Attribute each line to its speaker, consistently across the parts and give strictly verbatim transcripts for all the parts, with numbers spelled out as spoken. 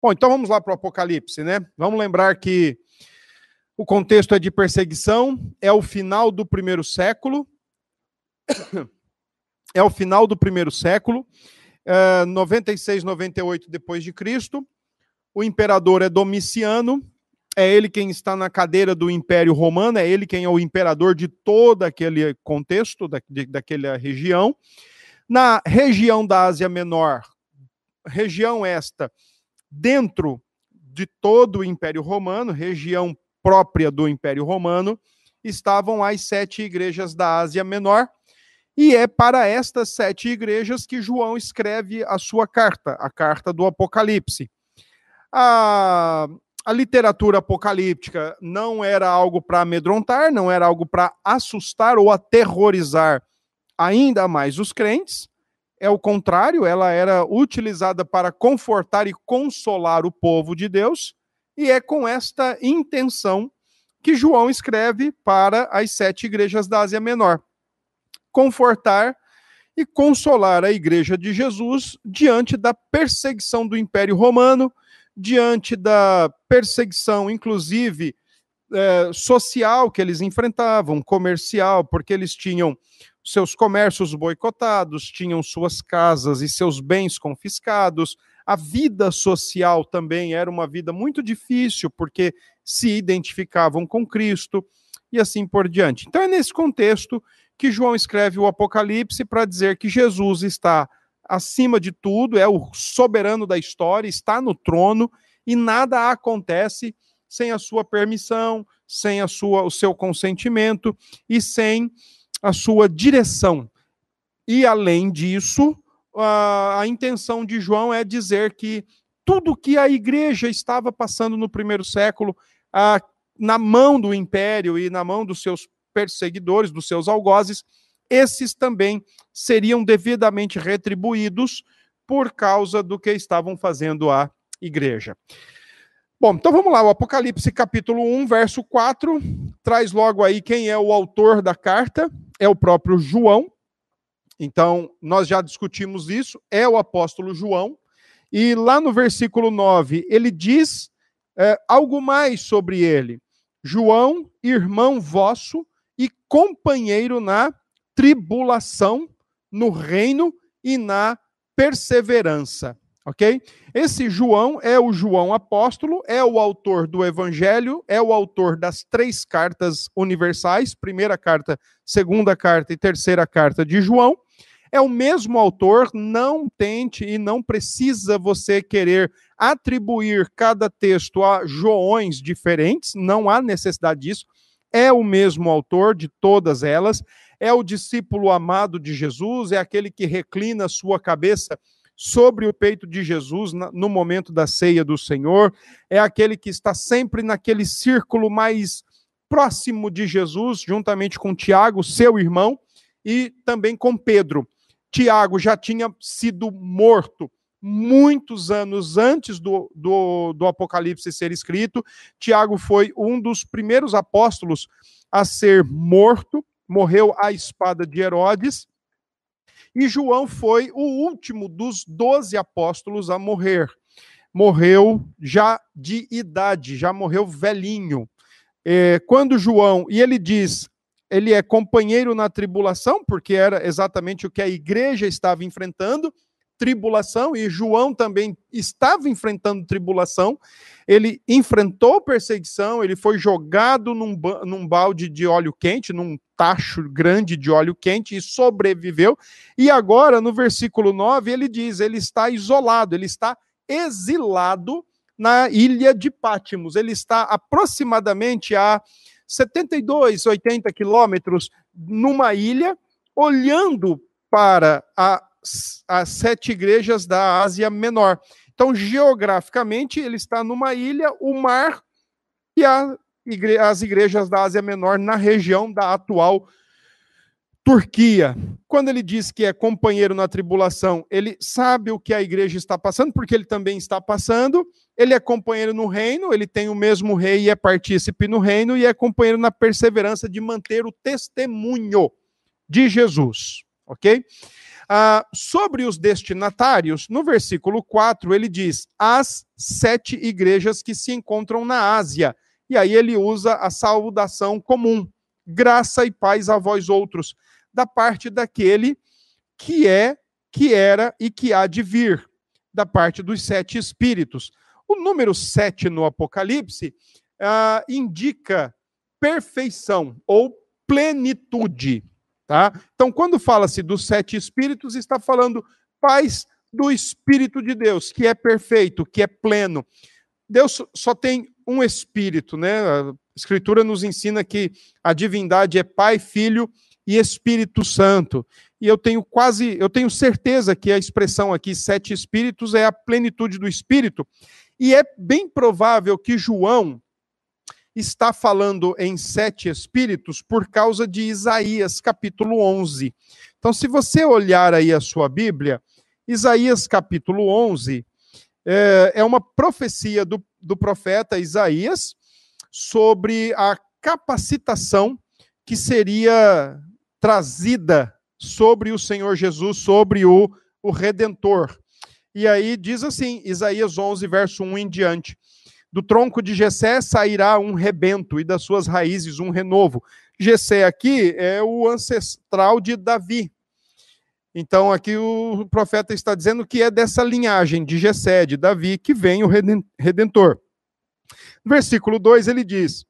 Speaker 1: Bom, então vamos lá para o Apocalipse, né? Vamos lembrar que o contexto é de perseguição, é o final do primeiro século, é o final do primeiro século, é, noventa e seis, noventa e oito depois de Cristo, o imperador é Domiciano, é ele quem está na cadeira do Império Romano, é ele quem é o imperador de todo aquele contexto, da, de, daquela região. Na região da Ásia Menor, região esta, dentro de todo o Império Romano, região própria do Império Romano, estavam as sete igrejas da Ásia Menor, e é para estas sete igrejas que João escreve a sua carta, a carta do Apocalipse. A, a literatura apocalíptica não era algo para amedrontar, não era algo para assustar ou aterrorizar ainda mais os crentes. É o contrário, ela era utilizada para confortar e consolar o povo de Deus, e é com esta intenção que João escreve para as sete igrejas da Ásia Menor. Confortar e consolar a igreja de Jesus diante da perseguição do Império Romano, diante da perseguição, inclusive, eh, social que eles enfrentavam, comercial, porque eles tinham seus comércios boicotados, tinham suas casas e seus bens confiscados. A vida social também era uma vida muito difícil, porque se identificavam com Cristo e assim por diante. Então é nesse contexto que João escreve o Apocalipse para dizer que Jesus está acima de tudo, é o soberano da história, está no trono e nada acontece sem a sua permissão, sem a sua, o seu consentimento e sem a sua direção. E, além disso, a, a intenção de João é dizer que tudo que a igreja estava passando no primeiro século, a, na mão do império e na mão dos seus perseguidores, dos seus algozes, esses também seriam devidamente retribuídos por causa do que estavam fazendo a igreja. Bom, então vamos lá, o Apocalipse capítulo um, verso quatro, traz logo aí quem é o autor da carta, é o próprio João. Então, nós já discutimos isso, é o apóstolo João, e lá no versículo nove, ele diz é, algo mais sobre ele. João, irmão vosso e companheiro na tribulação, no reino e na perseverança. Ok? Esse João é o João apóstolo, é o autor do Evangelho, é o autor das três cartas universais, primeira carta, segunda carta e terceira carta de João. É o mesmo autor, não tente e não precisa você querer atribuir cada texto a Joões diferentes, não há necessidade disso. É o mesmo autor de todas elas, é o discípulo amado de Jesus, é aquele que reclina sua cabeça sobre o peito de Jesus no momento da ceia do Senhor, é aquele que está sempre naquele círculo mais próximo de Jesus, juntamente com Tiago, seu irmão, e também com Pedro. Tiago já tinha sido morto muitos anos antes do, do, do Apocalipse ser escrito. Tiago foi um dos primeiros apóstolos a ser morto, morreu à espada de Herodes, e João foi o último dos doze apóstolos a morrer. Morreu já de idade, já morreu velhinho. É, quando João, e ele diz, ele é companheiro na tribulação, porque era exatamente o que a igreja estava enfrentando, tribulação, e João também estava enfrentando tribulação. Ele enfrentou perseguição, ele foi jogado num, num balde de óleo quente, num tacho grande de óleo quente, e sobreviveu. E agora, no versículo nove, ele diz, ele está isolado, ele está exilado na ilha de Pátimos. Ele está aproximadamente a setenta e dois, oitenta quilômetros numa ilha, olhando para a as sete igrejas da Ásia Menor. Então, geograficamente, ele está numa ilha, o mar e a igre- as igrejas da Ásia Menor na região da atual Turquia. Quando ele diz que é companheiro na tribulação, ele sabe o que a igreja está passando, porque ele também está passando. Ele é companheiro no reino, ele tem o mesmo rei e é partícipe no reino, e é companheiro na perseverança de manter o testemunho de Jesus. Ok? Ah, sobre os destinatários, no versículo quatro, ele diz, as sete igrejas que se encontram na Ásia. E aí ele usa a saudação comum, graça e paz a vós outros, da parte daquele que é, que era e que há de vir, da parte dos sete espíritos. O número sete no Apocalipse ah, indica perfeição ou plenitude. Tá? Então, quando fala-se dos sete espíritos, está falando paz do Espírito de Deus, que é perfeito, que é pleno. Deus só tem um espírito, né? A Escritura nos ensina que a divindade é Pai, Filho e Espírito Santo. E eu tenho quase, eu tenho certeza que a expressão aqui, sete espíritos, é a plenitude do Espírito. E é bem provável que João está falando em sete espíritos por causa de Isaías, capítulo onze. Então, se você olhar aí a sua Bíblia, Isaías, capítulo onze, é, é uma profecia do, do profeta Isaías sobre a capacitação que seria trazida sobre o Senhor Jesus, sobre o, o Redentor. E aí diz assim, Isaías onze, verso um em diante, do tronco de Jessé sairá um rebento, e das suas raízes um renovo. Jessé aqui é o ancestral de Davi. Então aqui o profeta está dizendo que é dessa linhagem de Jessé, de Davi, que vem o Redentor. No versículo dois ele diz,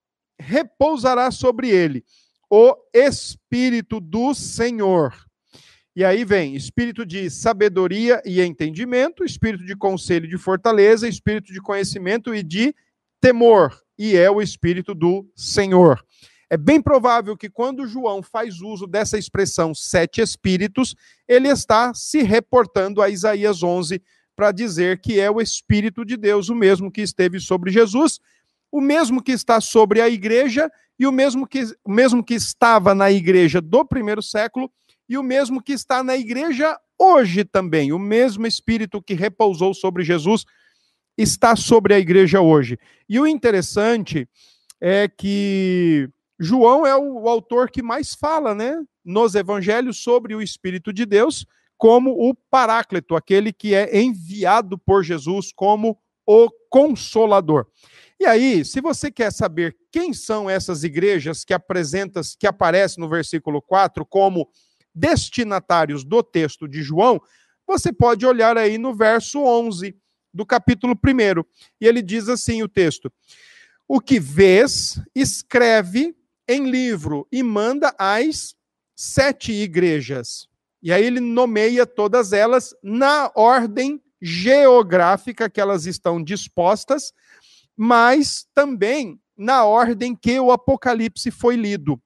Speaker 1: repousará sobre ele o Espírito do Senhor. E aí vem espírito de sabedoria e entendimento, espírito de conselho e de fortaleza, espírito de conhecimento e de temor, e é o Espírito do Senhor. É bem provável que quando João faz uso dessa expressão sete espíritos, ele está se reportando a Isaías onze para dizer que é o Espírito de Deus, o mesmo que esteve sobre Jesus, o mesmo que está sobre a igreja e o mesmo que, o mesmo que estava na igreja do primeiro século e o mesmo que está na igreja hoje também. O mesmo Espírito que repousou sobre Jesus está sobre a igreja hoje. E o interessante é que João é o autor que mais fala, né, nos evangelhos sobre o Espírito de Deus como o Paráclito, aquele que é enviado por Jesus como o Consolador. E aí, se você quer saber quem são essas igrejas que apresentam, que aparecem no versículo quatro como destinatários do texto de João, você pode olhar aí no verso onze do capítulo primeiro. E ele diz assim o texto, o que vês, escreve em livro e manda às sete igrejas. E aí ele nomeia todas elas na ordem geográfica que elas estão dispostas, mas também na ordem que o Apocalipse foi lido.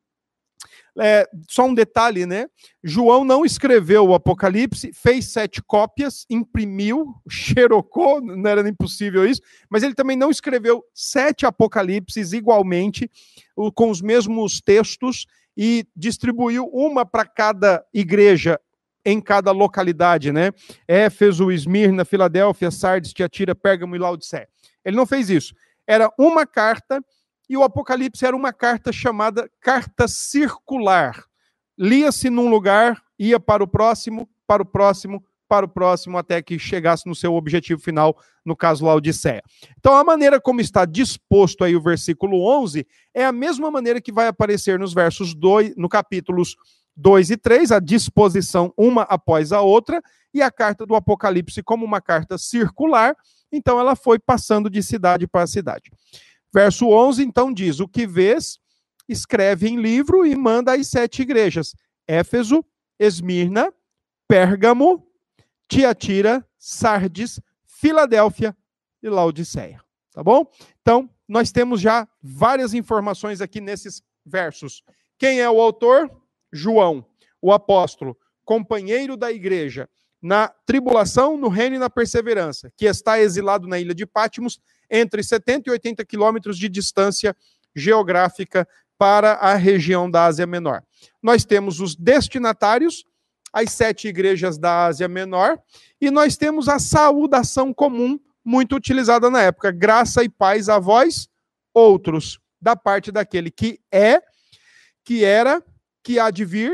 Speaker 1: É, só um detalhe, né? João não escreveu o Apocalipse, fez sete cópias, imprimiu, xerocou, não era nem possível isso, mas ele também não escreveu sete Apocalipses igualmente, com os mesmos textos, e distribuiu uma para cada igreja em cada localidade, né? Éfeso, Esmirna, Filadélfia, Sardes, Tiatira, Pérgamo e Laodiceia. Ele não fez isso. Era uma carta, e o Apocalipse era uma carta chamada carta circular. Lia-se num lugar, ia para o próximo, para o próximo, para o próximo, até que chegasse no seu objetivo final, no caso Laodiceia. Então, a maneira como está disposto aí o versículo onze é a mesma maneira que vai aparecer nos versos dois, no capítulos dois e três, a disposição uma após a outra, e a carta do Apocalipse como uma carta circular, então ela foi passando de cidade para cidade. Verso onze, então, diz, o que vês, escreve em livro e manda às sete igrejas, Éfeso, Esmirna, Pérgamo, Tiatira, Sardes, Filadélfia e Laodiceia. Tá bom? Então, nós temos já várias informações aqui nesses versos. Quem é o autor? João, o apóstolo, companheiro da igreja, na tribulação, no reino e na perseverança, que está exilado na ilha de Patmos, entre setenta e oitenta quilômetros de distância geográfica para a região da Ásia Menor. Nós temos os destinatários, as sete igrejas da Ásia Menor, e nós temos a saudação comum, muito utilizada na época, graça e paz a vós, outros, da parte daquele que é, que era, que há de vir,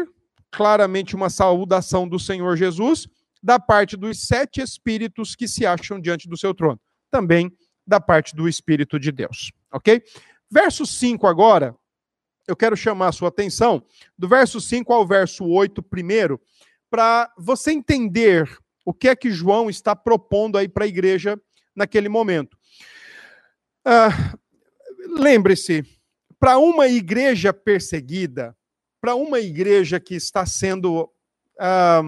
Speaker 1: claramente uma saudação do Senhor Jesus, da parte dos sete espíritos que se acham diante do seu trono. Também da parte do Espírito de Deus. Ok? Verso cinco agora, eu quero chamar a sua atenção, do verso cinco ao verso oito primeiro, para você entender o que é que João está propondo aí para a igreja naquele momento. Ah, lembre-se, para uma igreja perseguida, para uma igreja que está sendo ah,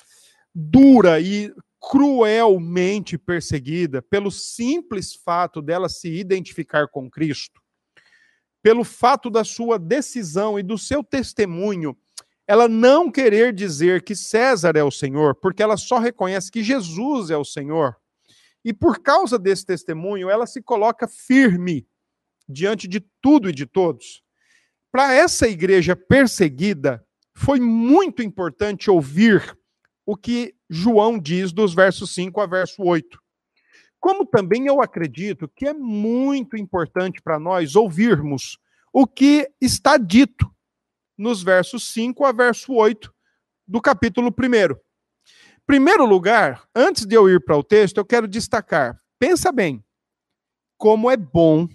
Speaker 1: dura e cruelmente perseguida, pelo simples fato dela se identificar com Cristo, pelo fato da sua decisão e do seu testemunho, ela não querer dizer que César é o Senhor, porque ela só reconhece que Jesus é o Senhor, e por causa desse testemunho, ela se coloca firme diante de tudo e de todos. Para essa igreja perseguida, foi muito importante ouvir o que João diz dos versos cinco a verso oito. Como também eu acredito que é muito importante para nós ouvirmos o que está dito nos versos cinco a verso oito do capítulo primeiro. Primeiro lugar, antes de eu ir para o texto, eu quero destacar, pensa bem, como é bom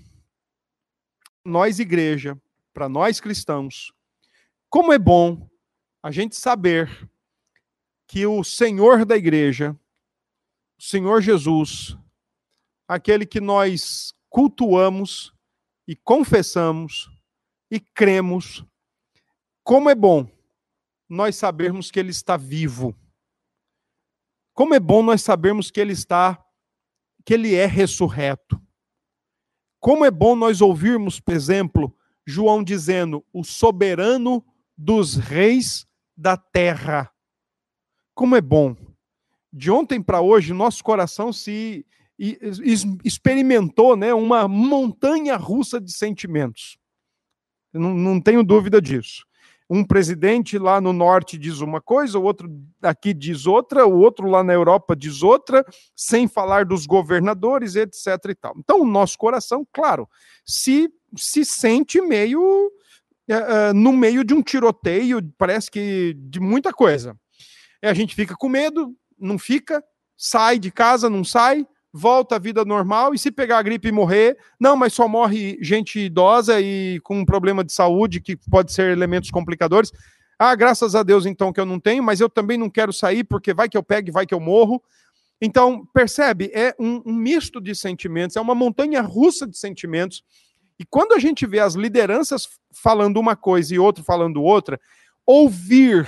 Speaker 1: nós, igreja, para nós cristãos, como é bom a gente saber que o Senhor da igreja, o Senhor Jesus, aquele que nós cultuamos e confessamos e cremos, como é bom nós sabermos que ele está vivo. Como é bom nós sabermos que ele está, que ele é ressurreto. Como é bom nós ouvirmos, por exemplo, João dizendo, o soberano dos reis da terra. Como é bom. De ontem para hoje, nosso coração se experimentou, né, uma montanha russa de sentimentos. Não, não tenho dúvida disso. Um presidente lá no norte diz uma coisa, o outro aqui diz outra, o outro lá na Europa diz outra, sem falar dos governadores, etc e tal. Então, o nosso coração, claro, se, se sente meio uh, no meio de um tiroteio, parece que de muita coisa. E a gente fica com medo, não fica, sai de casa, não sai, volta à vida normal, e se pegar a gripe e morrer, não, mas só morre gente idosa e com um problema de saúde, que pode ser elementos complicadores. Ah, graças a Deus, então, que eu não tenho, mas eu também não quero sair, porque vai que eu pego, vai que eu morro. Então, percebe? É um, um misto de sentimentos, é uma montanha russa de sentimentos, e quando a gente vê as lideranças falando uma coisa e outro falando outra, ouvir,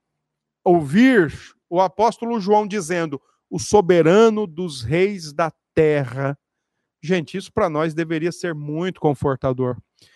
Speaker 1: ouvir o apóstolo João dizendo, o soberano dos reis da terra. Gente, isso para nós deveria ser muito confortador.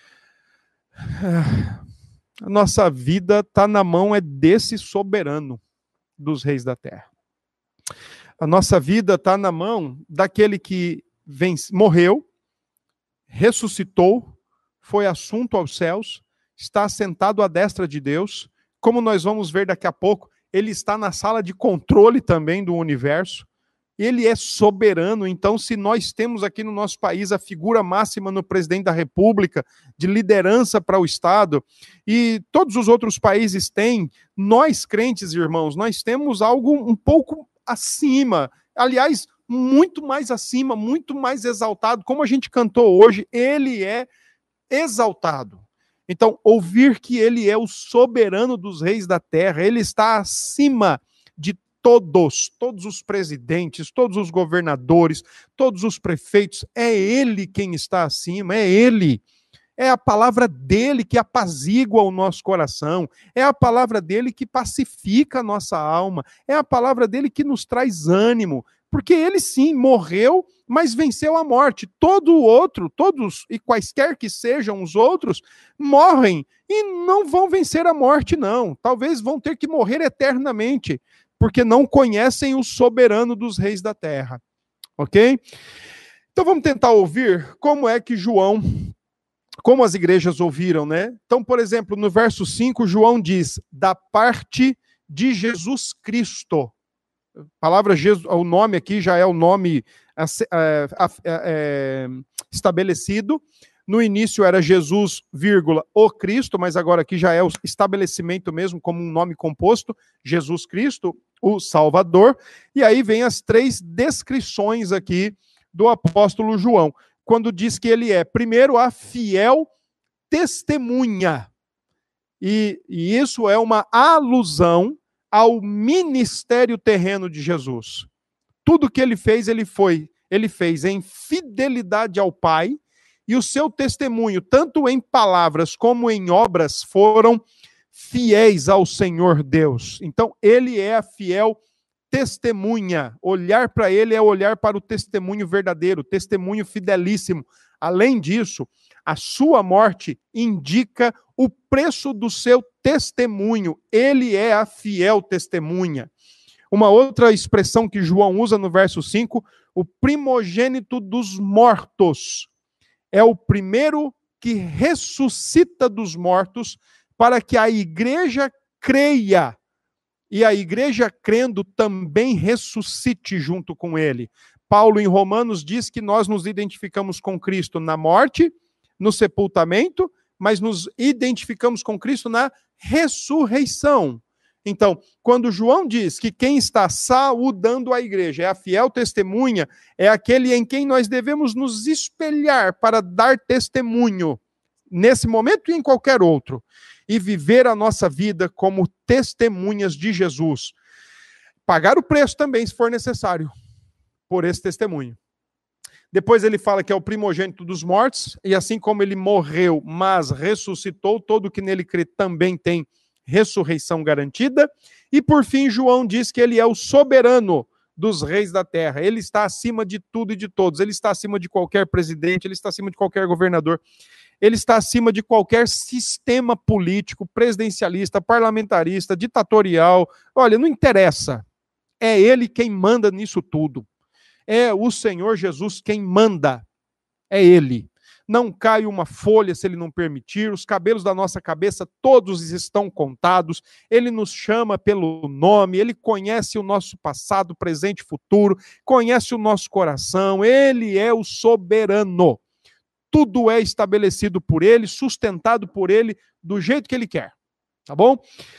Speaker 1: A nossa vida está na mão é desse soberano dos reis da terra. A nossa vida está na mão daquele que vence, morreu, ressuscitou, foi assunto aos céus, está assentado à destra de Deus. Como nós vamos ver daqui a pouco, ele está na sala de controle também do universo. Ele é soberano. Então, se nós temos aqui no nosso país a figura máxima no presidente da República, de liderança para o Estado, e todos os outros países têm, nós crentes, irmãos, nós temos algo um pouco acima, aliás, muito mais acima, muito mais exaltado, como a gente cantou hoje, ele é exaltado. Então, ouvir que ele é o soberano dos reis da terra, ele está acima de todos, todos os presidentes, todos os governadores, todos os prefeitos, é ele quem está acima, é ele. É a palavra dele que apazigua o nosso coração, é a palavra dele que pacifica a nossa alma, é a palavra dele que nos traz ânimo, porque ele sim morreu, mas venceu a morte. Todo o outro, todos e quaisquer que sejam os outros, morrem e não vão vencer a morte, não. Talvez vão ter que morrer eternamente, porque não conhecem o soberano dos reis da terra. Ok? Então vamos tentar ouvir como é que João, como as igrejas ouviram, né? Então, por exemplo, no verso cinco, João diz, da parte de Jesus Cristo. A palavra Jesus, o nome aqui já é o nome é, é, é, estabelecido, No início era Jesus, vírgula, o Cristo, mas agora aqui já é o estabelecimento mesmo como um nome composto, Jesus Cristo, o Salvador. E aí vem as três descrições aqui do apóstolo João, quando diz que ele é, primeiro, a fiel testemunha. E, e isso é uma alusão ao ministério terreno de Jesus. Tudo que ele fez, ele foi, ele fez em fidelidade ao Pai, e o seu testemunho, tanto em palavras como em obras, foram fiéis ao Senhor Deus. Então, ele é a fiel testemunha. Olhar para ele é olhar para o testemunho verdadeiro, testemunho fidelíssimo. Além disso, a sua morte indica o preço do seu testemunho. Ele é a fiel testemunha. Uma outra expressão que João usa no verso cinco, o primogênito dos mortos. É o primeiro que ressuscita dos mortos para que a igreja creia. E a igreja crendo também ressuscite junto com ele. Paulo em Romanos diz que nós nos identificamos com Cristo na morte, no sepultamento, mas nos identificamos com Cristo na ressurreição. Então, quando João diz que quem está saudando a igreja é a fiel testemunha, é aquele em quem nós devemos nos espelhar para dar testemunho, nesse momento e em qualquer outro, e viver a nossa vida como testemunhas de Jesus. Pagar o preço também, se for necessário, por esse testemunho. Depois ele fala que é o primogênito dos mortos, e assim como ele morreu, mas ressuscitou, todo que nele crê também tem ressurreição garantida. E por fim, João diz que ele é o soberano dos reis da terra. Ele está acima de tudo e de todos. Ele está acima de qualquer presidente, ele está acima de qualquer governador. Ele está acima de qualquer sistema político, presidencialista, parlamentarista, ditatorial. Olha, não interessa. É ele quem manda nisso tudo. É o Senhor Jesus quem manda. É ele. Não cai uma folha se ele não permitir, os cabelos da nossa cabeça todos estão contados, ele nos chama pelo nome, ele conhece o nosso passado, presente e futuro, conhece o nosso coração, ele é o soberano. Tudo é estabelecido por ele, sustentado por ele, do jeito que ele quer. Tá bom?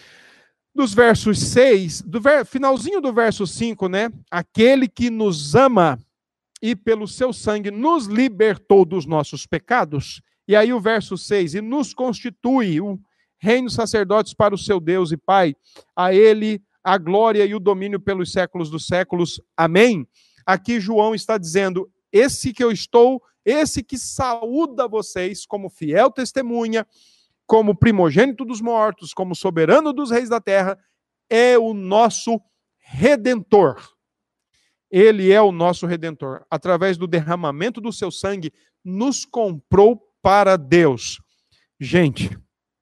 Speaker 1: Dos versos seis, do ver, finalzinho do verso cinco, né? Aquele que nos ama e pelo seu sangue nos libertou dos nossos pecados. E aí o verso seis, e nos constitui o reino sacerdotes para o seu Deus e Pai, a ele a glória e o domínio pelos séculos dos séculos. Amém? Aqui João está dizendo, esse que eu estou, esse que saúda vocês como fiel testemunha, como primogênito dos mortos, como soberano dos reis da terra, é o nosso Redentor. Ele é o nosso Redentor. Através do derramamento do seu sangue, nos comprou para Deus. Gente,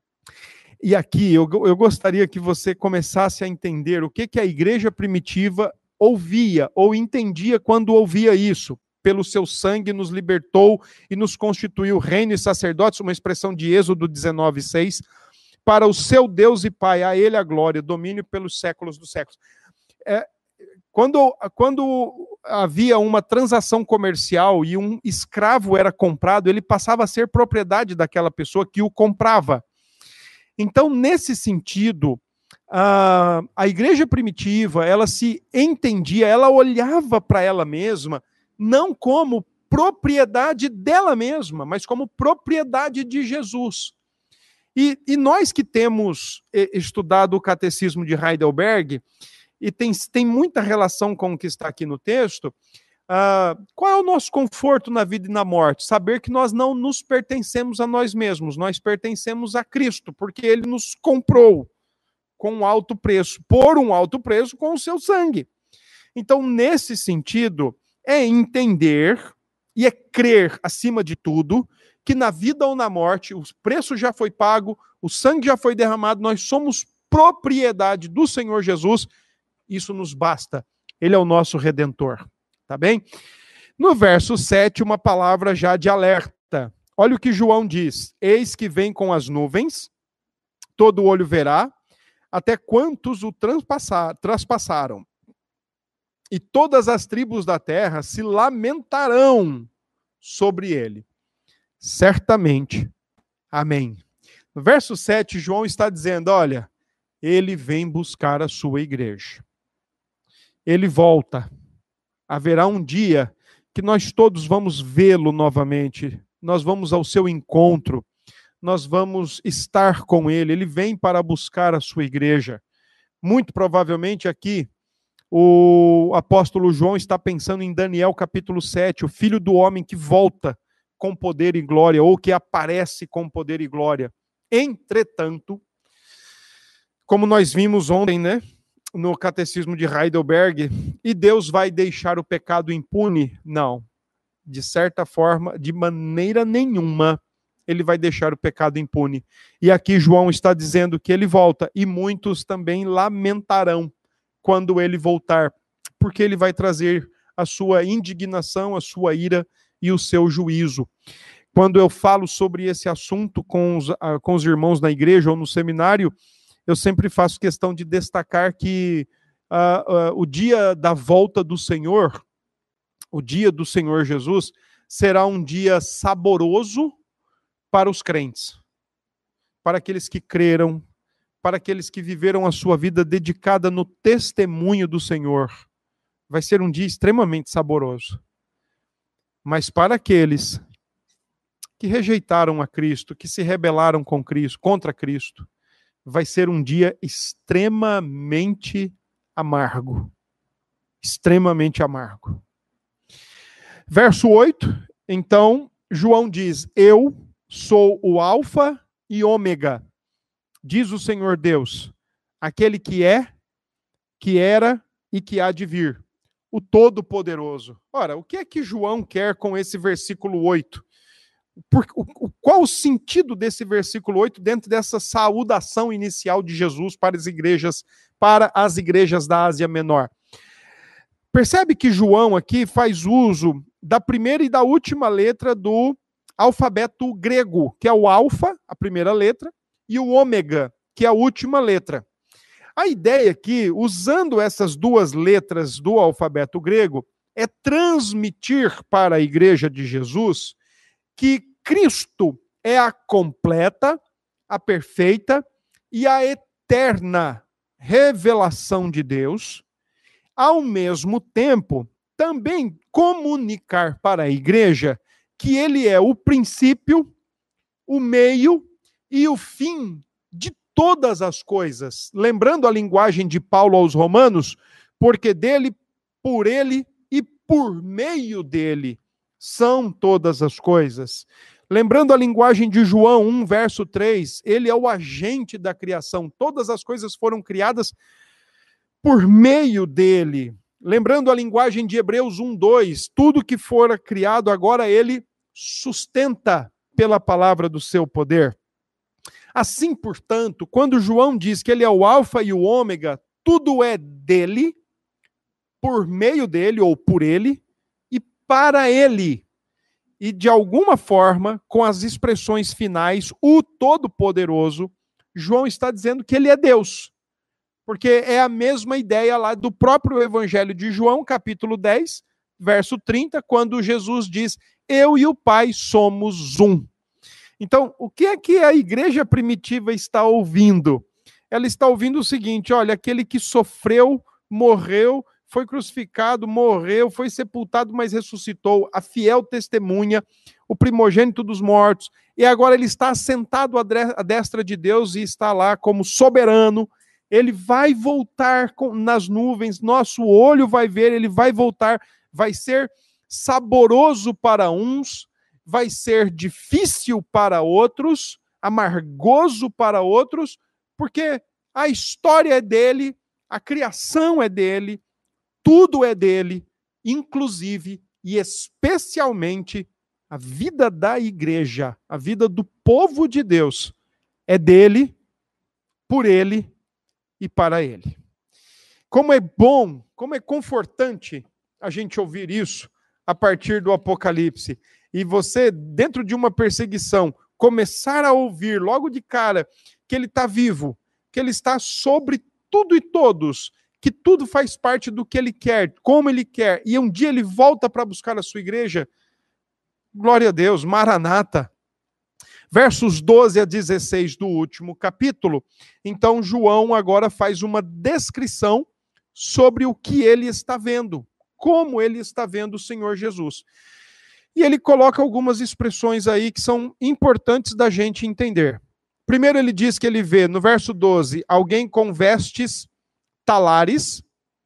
Speaker 1: e aqui eu, eu gostaria que você começasse a entender o que, que a igreja primitiva ouvia ou entendia quando ouvia isso. Pelo seu sangue nos libertou e nos constituiu reino e sacerdotes, uma expressão de Êxodo dezenove, seis, para o seu Deus e Pai, a ele a glória, domínio pelos séculos dos séculos. É, Quando, quando havia uma transação comercial e um escravo era comprado, ele passava a ser propriedade daquela pessoa que o comprava. Então, nesse sentido, a, a igreja primitiva, ela se entendia, ela olhava para ela mesma, não como propriedade dela mesma, mas como propriedade de Jesus. E, e nós que temos estudado o Catecismo de Heidelberg, e tem, tem muita relação com o que está aqui no texto, uh, qual é o nosso conforto na vida e na morte? Saber que nós não nos pertencemos a nós mesmos, nós pertencemos a Cristo, porque Ele nos comprou com um alto preço, por um alto preço com o seu sangue. Então, nesse sentido, é entender e é crer, acima de tudo, que na vida ou na morte, o preço já foi pago, o sangue já foi derramado, nós somos propriedade do Senhor Jesus. Isso nos basta. Ele é o nosso Redentor. Tá bem? No verso sete, uma palavra já de alerta. Olha o que João diz. Eis que vem com as nuvens, todo olho verá, até quantos o transpassar, traspassaram. E todas as tribos da terra se lamentarão sobre ele. Certamente. Amém. No verso sete, João está dizendo, olha, ele vem buscar a sua igreja. Ele volta. Haverá um dia que nós todos vamos vê-lo novamente. Nós vamos ao seu encontro. Nós vamos estar com ele. Ele vem para buscar a sua igreja. Muito provavelmente aqui, o apóstolo João está pensando em Daniel capítulo sete, o filho do homem que volta com poder e glória, ou que aparece com poder e glória. Entretanto, como nós vimos ontem, né, no Catecismo de Heidelberg, e Deus vai deixar o pecado impune? Não. De certa forma, de maneira nenhuma, ele vai deixar o pecado impune. E aqui João está dizendo que ele volta, e muitos também lamentarão quando ele voltar, porque ele vai trazer a sua indignação, a sua ira e o seu juízo. Quando eu falo sobre esse assunto com os, com os irmãos na igreja ou no seminário, eu sempre faço questão de destacar que uh, uh, o dia da volta do Senhor, o dia do Senhor Jesus, será um dia saboroso para os crentes, para aqueles que creram, para aqueles que viveram a sua vida dedicada no testemunho do Senhor. Vai ser um dia extremamente saboroso. Mas para aqueles que rejeitaram a Cristo, que se rebelaram com Cristo, contra Cristo, vai ser um dia extremamente amargo. Extremamente amargo. Verso oito, então, João diz, eu sou o Alfa e Ômega, diz o Senhor Deus, aquele que é, que era e que há de vir, o Todo-Poderoso. Ora, o que é que João quer com esse versículo oito? Por, o, qual o sentido desse versículo oito dentro dessa saudação inicial de Jesus para as igrejas, para as igrejas da Ásia Menor? Percebe que João aqui faz uso da primeira e da última letra do alfabeto grego, que é o alfa, a primeira letra, e o ômega, que é a última letra. A ideia aqui, usando essas duas letras do alfabeto grego, é transmitir para a igreja de Jesus que Cristo é a completa, a perfeita e a eterna revelação de Deus, ao mesmo tempo, também comunicar para a igreja que ele é o princípio, o meio e o fim de todas as coisas. Lembrando a linguagem de Paulo aos Romanos, porque dele, por ele e por meio dele são todas as coisas. Lembrando a linguagem de João um, verso três, ele é o agente da criação. Todas as coisas foram criadas por meio dele. Lembrando a linguagem de Hebreus um, dois, tudo que fora criado agora ele sustenta pela palavra do seu poder. Assim, portanto, quando João diz que ele é o alfa e o ômega, tudo é dele, por meio dele ou por ele, e para ele. E de alguma forma, com as expressões finais, o Todo-Poderoso, João está dizendo que ele é Deus. Porque é a mesma ideia lá do próprio Evangelho de João, capítulo dez, verso trinta, quando Jesus diz, eu e o Pai somos um. Então, o que é que a igreja primitiva está ouvindo? Ela está ouvindo o seguinte, olha, aquele que sofreu, morreu, foi crucificado, morreu, foi sepultado, mas ressuscitou, a fiel testemunha, o primogênito dos mortos, e agora ele está sentado à destra de Deus e está lá como soberano. Ele vai voltar com, nas nuvens, nosso olho vai ver, ele vai voltar, vai ser saboroso para uns, vai ser difícil para outros, amargoso para outros, porque a história é dele, a criação é dele, tudo é dele, inclusive e especialmente a vida da igreja, a vida do povo de Deus, é dele, por ele e para ele. Como é bom, como é confortante a gente ouvir isso a partir do Apocalipse. E você, dentro de uma perseguição, começar a ouvir logo de cara que ele está vivo, que ele está sobre tudo e todos, que tudo faz parte do que ele quer, como ele quer, e um dia ele volta para buscar a sua igreja. Glória a Deus, Maranata, versos doze a dezesseis do último capítulo, então João agora faz uma descrição sobre o que ele está vendo, como ele está vendo o Senhor Jesus. E ele coloca algumas expressões aí que são importantes da gente entender. Primeiro ele diz que ele vê, no verso doze, alguém com vestes talares,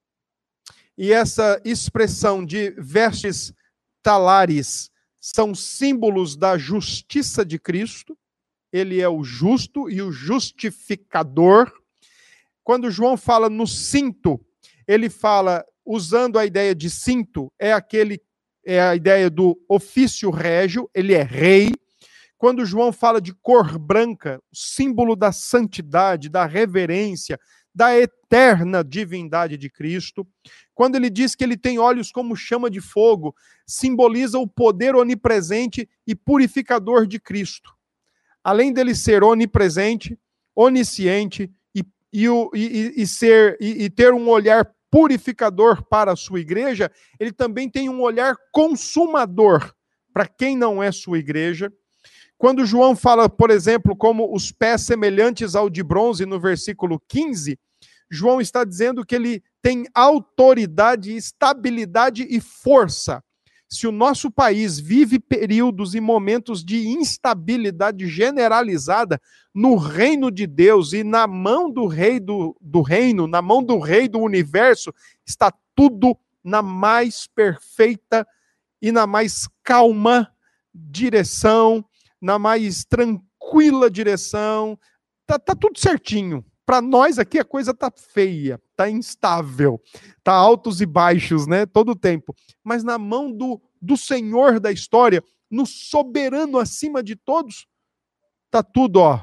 Speaker 1: e essa expressão de vestes talares são símbolos da justiça de Cristo. Ele é o justo e o justificador. Quando João fala no cinto, ele fala, usando a ideia de cinto, é aquele, é a ideia do ofício régio, ele é rei. Quando João fala de cor branca, símbolo da santidade, da reverência, da eterna divindade de Cristo. Quando ele diz que ele tem olhos como chama de fogo, simboliza o poder onipresente e purificador de Cristo. Além dele ser onipresente, onisciente e, e, e, e, ser, e, e ter um olhar purificador para a sua igreja, ele também tem um olhar consumador para quem não é sua igreja. Quando João fala, por exemplo, como os pés semelhantes ao de bronze, no versículo quinze, João está dizendo que ele tem autoridade, estabilidade e força. Se o nosso país vive períodos e momentos de instabilidade generalizada, no reino de Deus e na mão do rei do, do reino, na mão do rei do universo, está tudo na mais perfeita e na mais calma direção, na mais tranquila direção, tá, tá tudo certinho. Para nós aqui a coisa tá feia, tá instável, tá altos e baixos, né, todo o tempo. Mas na mão do, do Senhor da história, no soberano acima de todos, tá tudo, ó,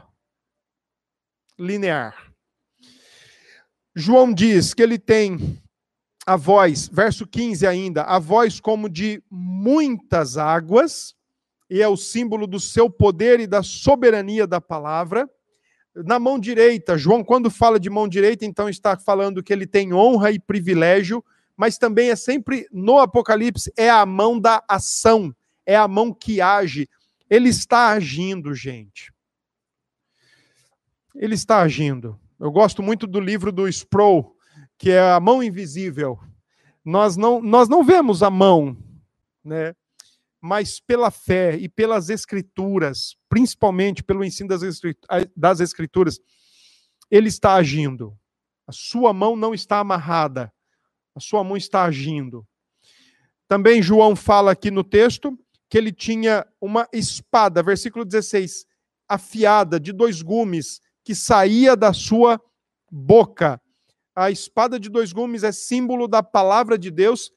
Speaker 1: linear. João diz que ele tem a voz, verso quinze ainda, a voz como de muitas águas, e é o símbolo do seu poder e da soberania da palavra. Na mão direita, João, quando fala de mão direita, então está falando que ele tem honra e privilégio, mas também é sempre, no Apocalipse, é a mão da ação, é a mão que age. Ele está agindo, gente. Ele está agindo. Eu gosto muito do livro do Sproul, que é A Mão Invisível. Nós não, nós não vemos a mão, né? Mas pela fé e pelas escrituras, principalmente pelo ensino das escrituras, ele está agindo. A sua mão não está amarrada, a sua mão está agindo. Também João fala aqui no texto que ele tinha uma espada, versículo dezesseis, afiada de dois gumes, que saía da sua boca. A espada de dois gumes é símbolo da palavra de Deus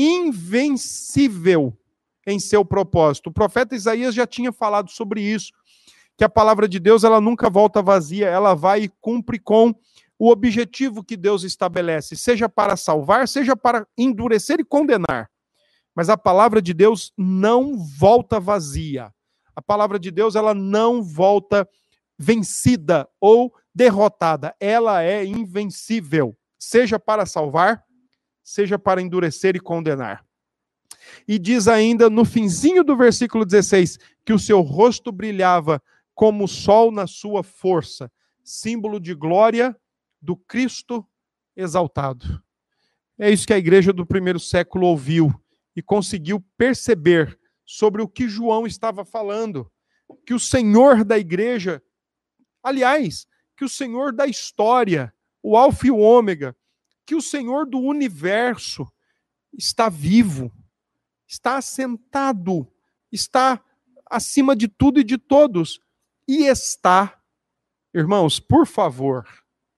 Speaker 1: invencível em seu propósito. O profeta Isaías já tinha falado sobre isso, que a palavra de Deus ela nunca volta vazia, ela vai e cumpre com o objetivo que Deus estabelece, seja para salvar, seja para endurecer e condenar. Mas a palavra de Deus não volta vazia. A palavra de Deus ela não volta vencida ou derrotada. Ela é invencível, seja para salvar, seja para endurecer e condenar. E diz ainda no finzinho do versículo dezesseis, que o seu rosto brilhava como o sol na sua força, símbolo de glória do Cristo exaltado. É isso que a igreja do primeiro século ouviu e conseguiu perceber sobre o que João estava falando, que o Senhor da igreja, aliás, que o Senhor da história, o Alfa e o Ômega, que o Senhor do universo está vivo, está assentado, está acima de tudo e de todos, e está, irmãos, por favor,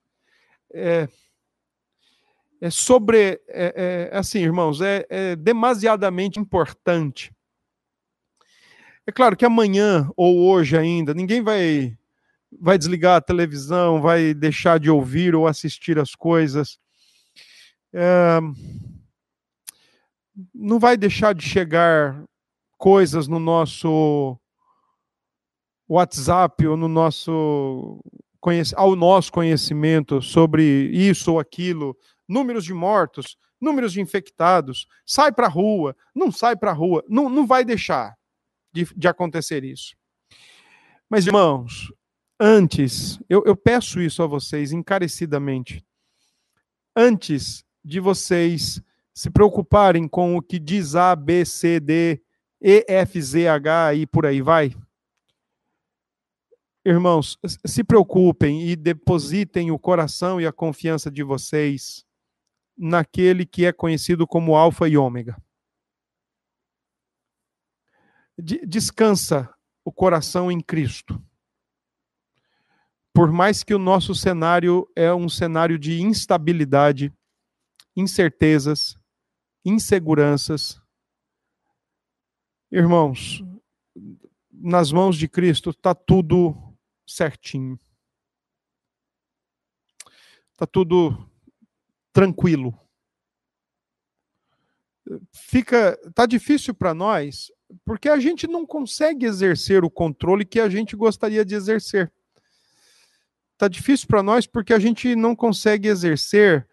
Speaker 1: é, é sobre, é, é, assim, irmãos, é, é demasiadamente importante. É claro que amanhã ou hoje ainda, ninguém vai, vai desligar a televisão, vai deixar de ouvir ou assistir as coisas. É, não vai deixar de chegar coisas no nosso WhatsApp ou no nosso, ao nosso conhecimento sobre isso ou aquilo, números de mortos, números de infectados, sai para a rua, não sai para a rua, não, não vai deixar de, de acontecer isso. Mas, irmãos, antes, eu, eu peço isso a vocês encarecidamente, antes de vocês se preocuparem com o que diz A, B, C, D, E, F, Z, H e por aí vai, irmãos, se preocupem e depositem o coração e a confiança de vocês naquele que é conhecido como Alfa e Ômega. Descansa o coração em Cristo. Por mais que o nosso cenário é um cenário de instabilidade, incertezas, inseguranças, irmãos, nas mãos de Cristo está tudo certinho. Está tudo tranquilo. Fica, tá difícil para nós, porque a gente não consegue exercer o controle que a gente gostaria de exercer. Tá difícil para nós porque a gente não consegue exercer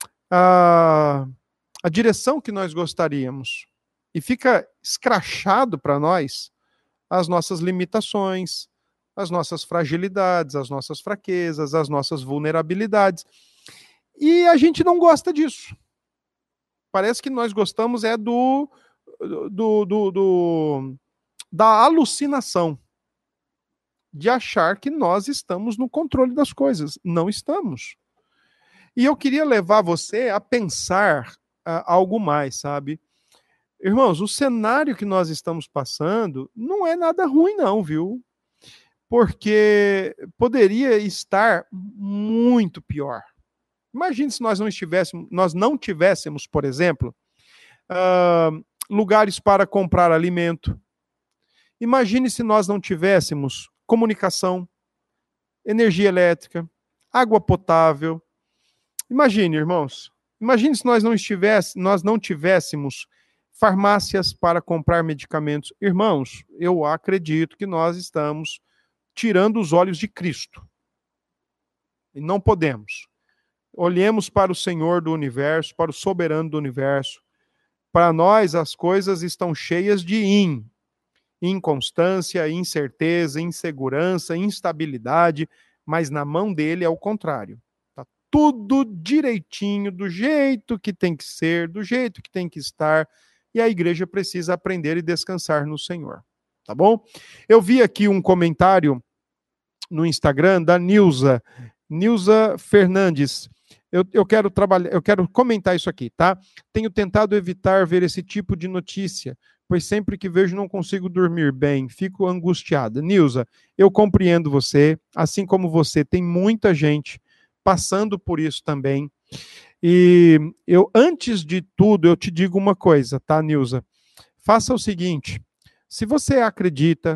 Speaker 1: a, a direção que nós gostaríamos. E fica escrachado para nós as nossas limitações, as nossas fragilidades, as nossas fraquezas, as nossas vulnerabilidades. E a gente não gosta disso. Parece que nós gostamos é do, do, do, do da alucinação, de achar que nós estamos no controle das coisas. Não estamos. E eu queria levar você a pensar uh, algo mais, sabe? Irmãos, o cenário que nós estamos passando não é nada ruim não, viu? Porque poderia estar muito pior. Imagine se nós não estivéssemos, nós não tivéssemos, por exemplo, uh, lugares para comprar alimento. Imagine se nós não tivéssemos comunicação, energia elétrica, água potável. Imagine, irmãos, imagine se nós não estivéssemos, nós não tivéssemos farmácias para comprar medicamentos. Irmãos, eu acredito que nós estamos tirando os olhos de Cristo. E não podemos. Olhemos para o Senhor do universo, para o soberano do universo. Para nós, as coisas estão cheias de in. Inconstância, incerteza, insegurança, instabilidade, mas na mão dele é o contrário. Está tudo direitinho, do jeito que tem que ser, do jeito que tem que estar, e a igreja precisa aprender e descansar no Senhor. Tá bom? Eu vi aqui um comentário no Instagram da Nilza, Nilza Fernandes. Eu, eu quero trabalhar, eu quero comentar isso aqui, tá? Tenho tentado evitar ver esse tipo de notícia, pois sempre que vejo não consigo dormir bem, fico angustiada. Nilza, eu compreendo você, assim como você, tem muita gente passando por isso também. E eu, antes de tudo, eu te digo uma coisa, tá, Nilza? Faça o seguinte, se você acredita